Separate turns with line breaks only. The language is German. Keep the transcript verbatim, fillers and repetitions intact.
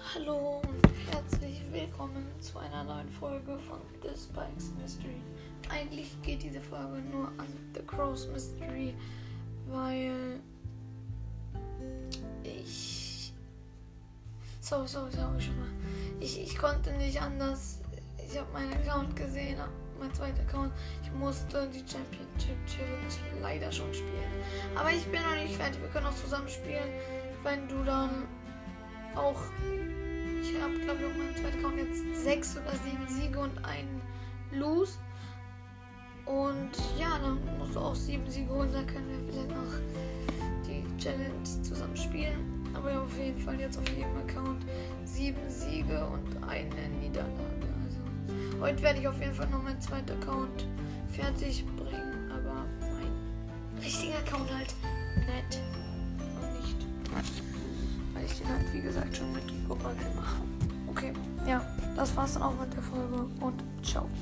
Hallo und herzlich willkommen zu einer neuen Folge von The Spikes Mystery. Eigentlich geht diese Folge nur an The Crows Mystery, weil ich... Sorry, sorry, sorry schon mal. Ich, ich konnte nicht anders. Ich habe meinen Account gesehen, mein zweiter Account. Ich musste die Championship Challenge leider schon spielen. Aber ich bin noch nicht fertig. Wir können auch zusammen spielen, wenn du dann auch... Ich habe, glaube ich, auf meinem zweiten Account jetzt sechs oder sieben Siege und einen Lose. Und ja, dann musst du auch sieben Siege holen. Da können wir vielleicht noch die Challenge zusammen spielen. Aber ja, auf jeden Fall jetzt auf jedem Account sieben Siege und eine Niederlage. Also heute werde ich auf jeden Fall noch meinen zweiten Account fertig bringen. Aber mein richtiger Account halt nett und nicht... Weil ich den halt, wie gesagt, schon mit Google mache. Okay, ja, das war's dann auch mit der Folge und ciao.